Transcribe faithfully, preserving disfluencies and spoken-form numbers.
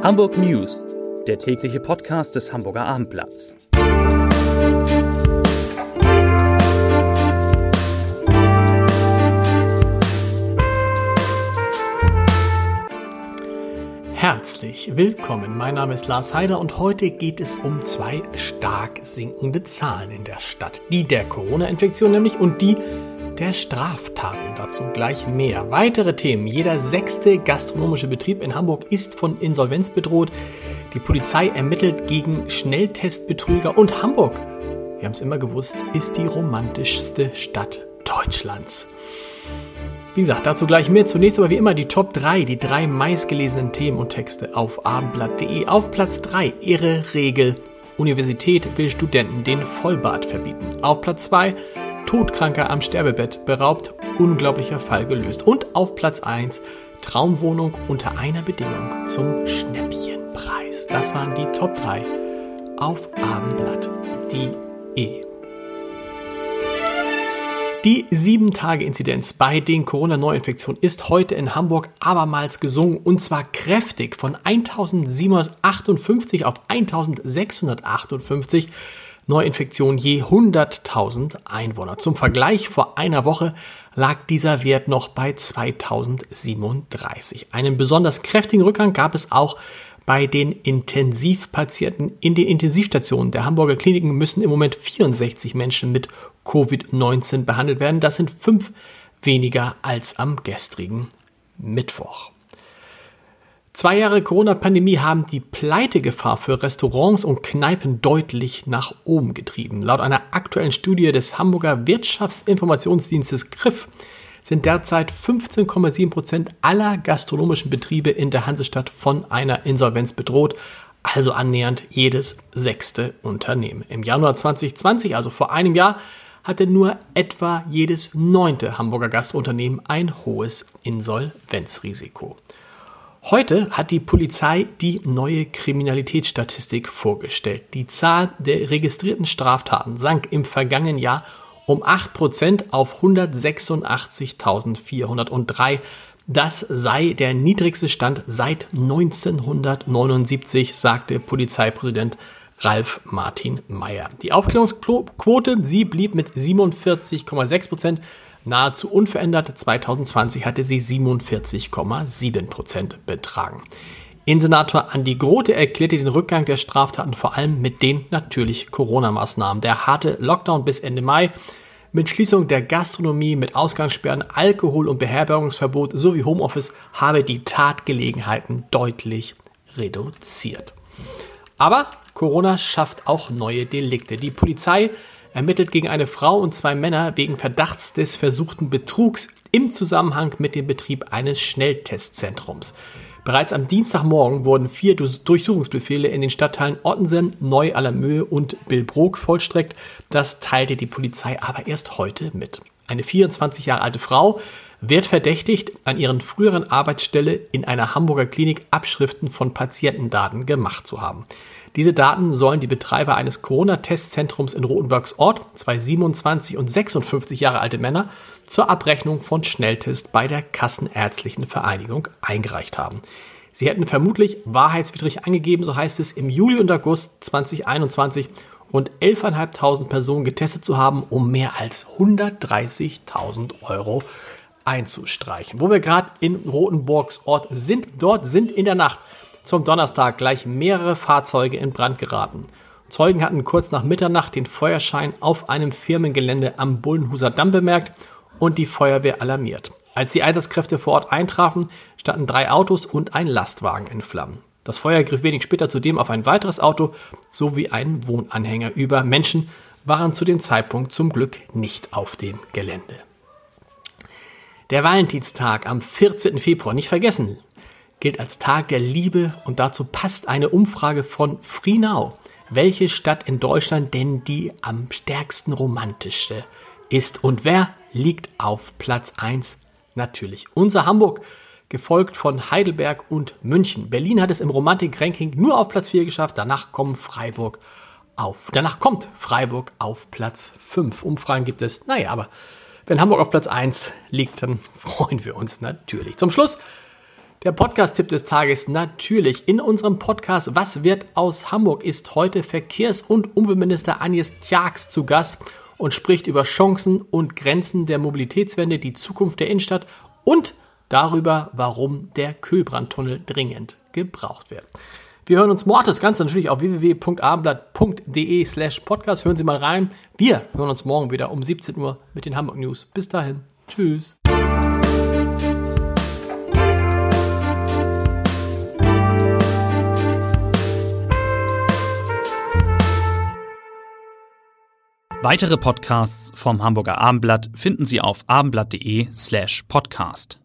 Hamburg News, der tägliche Podcast des Hamburger Abendblatts. Herzlich willkommen, mein Name ist Lars Heider und heute geht es um zwei stark sinkende Zahlen in der Stadt. Die der Corona-Infektion nämlich und die der Straftaten. Dazu gleich mehr. Weitere Themen. Jeder sechste gastronomische Betrieb in Hamburg ist von Insolvenz bedroht. Die Polizei ermittelt gegen Schnelltestbetrüger und Hamburg, wir haben es immer gewusst, ist die romantischste Stadt Deutschlands. Wie gesagt, dazu gleich mehr. Zunächst aber wie immer die Top drei, die drei meistgelesenen Themen und Texte auf abendblatt punkt de. Auf Platz drei, irre Regel. Universität will Studenten den Vollbart verbieten. Auf Platz zwei, Todkranker am Sterbebett beraubt, unglaublicher Fall gelöst. Und auf Platz eins, Traumwohnung unter einer Bedingung zum Schnäppchenpreis. Das waren die Top drei auf abendblatt punkt de. Die sieben Tage Inzidenz bei den Corona-Neuinfektionen ist heute in Hamburg abermals gesunken und zwar kräftig von eintausendsiebenhundertachtundfünfzig auf eintausendsechshundertachtundfünfzig Neuinfektionen je hunderttausend Einwohner. Zum Vergleich, vor einer Woche lag dieser Wert noch bei zweitausendsiebenunddreißig. Einen besonders kräftigen Rückgang gab es auch bei den Intensivpatienten in den Intensivstationen der Hamburger Kliniken müssen im Moment vierundsechzig Menschen mit Covid neunzehn behandelt werden. Das sind fünf weniger als am gestrigen Mittwoch. Zwei Jahre Corona-Pandemie haben die Pleitegefahr für Restaurants und Kneipen deutlich nach oben getrieben. Laut einer aktuellen Studie des Hamburger Wirtschaftsinformationsdienstes G R I F sind derzeit fünfzehn Komma sieben Prozent aller gastronomischen Betriebe in der Hansestadt von einer Insolvenz bedroht, also annähernd jedes sechste Unternehmen. Im Januar zwanzig zwanzig, also vor einem Jahr, hatte nur etwa jedes neunte Hamburger Gastrounternehmen ein hohes Insolvenzrisiko. Heute hat die Polizei die neue Kriminalitätsstatistik vorgestellt. Die Zahl der registrierten Straftaten sank im vergangenen Jahr um acht Prozent auf hundertsechsundachtzigtausendvierhundertdrei. Das sei der niedrigste Stand seit neunzehnhundertneunundsiebzig, sagte Polizeipräsident Ralf Martin Meyer. Die Aufklärungsquote, sie blieb mit siebenundvierzig Komma sechs Prozent nahezu unverändert. zweitausendzwanzig hatte sie siebenundvierzig Komma sieben Prozent betragen. Innensenator Andi Grote erklärte den Rückgang der Straftaten vor allem mit den natürlich Corona-Maßnahmen. Der harte Lockdown bis Ende Mai mit Schließung der Gastronomie, mit Ausgangssperren, Alkohol- und Beherbergungsverbot sowie Homeoffice habe die Tatgelegenheiten deutlich reduziert. Aber Corona schafft auch neue Delikte. Die Polizei ermittelt gegen eine Frau und zwei Männer wegen Verdachts des versuchten Betrugs im Zusammenhang mit dem Betrieb eines Schnelltestzentrums. Bereits am Dienstagmorgen wurden vier Durchsuchungsbefehle in den Stadtteilen Ottensen, Neu-Allermöhe und Billbrook vollstreckt. Das teilte die Polizei aber erst heute mit. Eine vierundzwanzig Jahre alte Frau wird verdächtigt, an ihren früheren Arbeitsstelle in einer Hamburger Klinik Abschriften von Patientendaten gemacht zu haben. Diese Daten sollen die Betreiber eines Corona-Testzentrums in Rotenburgs Ort, zwei siebenundzwanzig und sechsundfünfzig Jahre alte Männer, zur Abrechnung von Schnelltest bei der Kassenärztlichen Vereinigung eingereicht haben. Sie hätten vermutlich wahrheitswidrig angegeben, so heißt es, im Juli und August zweitausendeinundzwanzig rund elftausendfünfhundert Personen getestet zu haben, um mehr als hundertdreißigtausend Euro einzustreichen. Wo wir gerade in Rotenburgs Ort sind, dort sind in der Nacht zum Donnerstag gleich mehrere Fahrzeuge in Brand geraten. Zeugen hatten kurz nach Mitternacht den Feuerschein auf einem Firmengelände am Bullenhuser Damm bemerkt und die Feuerwehr alarmiert. Als die Einsatzkräfte vor Ort eintrafen, standen drei Autos und ein Lastwagen in Flammen. Das Feuer griff wenig später zudem auf ein weiteres Auto sowie einen Wohnanhänger über. Menschen waren zu dem Zeitpunkt zum Glück nicht auf dem Gelände. Der Valentinstag am vierzehnten Februar, nicht vergessen, gilt als Tag der Liebe und dazu passt eine Umfrage von Freenow. Welche Stadt in Deutschland denn die am stärksten romantischste ist und wer liegt auf Platz eins? Natürlich unser Hamburg, gefolgt von Heidelberg und München. Berlin hat es im Romantik-Ranking nur auf Platz vier geschafft, danach kommen Freiburg auf. Danach kommt Freiburg auf Platz fünf. Umfragen gibt es, naja, aber wenn Hamburg auf Platz eins liegt, dann freuen wir uns natürlich. Zum Schluss Der Podcast-Tipp des Tages natürlich in unserem Podcast Was wird aus Hamburg ist heute Verkehrs- und Umweltminister Agnes Tjax zu Gast und spricht über Chancen und Grenzen der Mobilitätswende, die Zukunft der Innenstadt und darüber, warum der Kühlbrandtunnel dringend gebraucht wird. Wir hören uns morgen, das Ganze natürlich auf w w w punkt abendblatt punkt de slash podcast. Hören Sie mal rein. Wir hören uns morgen wieder um siebzehn Uhr mit den Hamburg News. Bis dahin. Tschüss. Weitere Podcasts vom Hamburger Abendblatt finden Sie auf abendblatt punkt de slash podcast.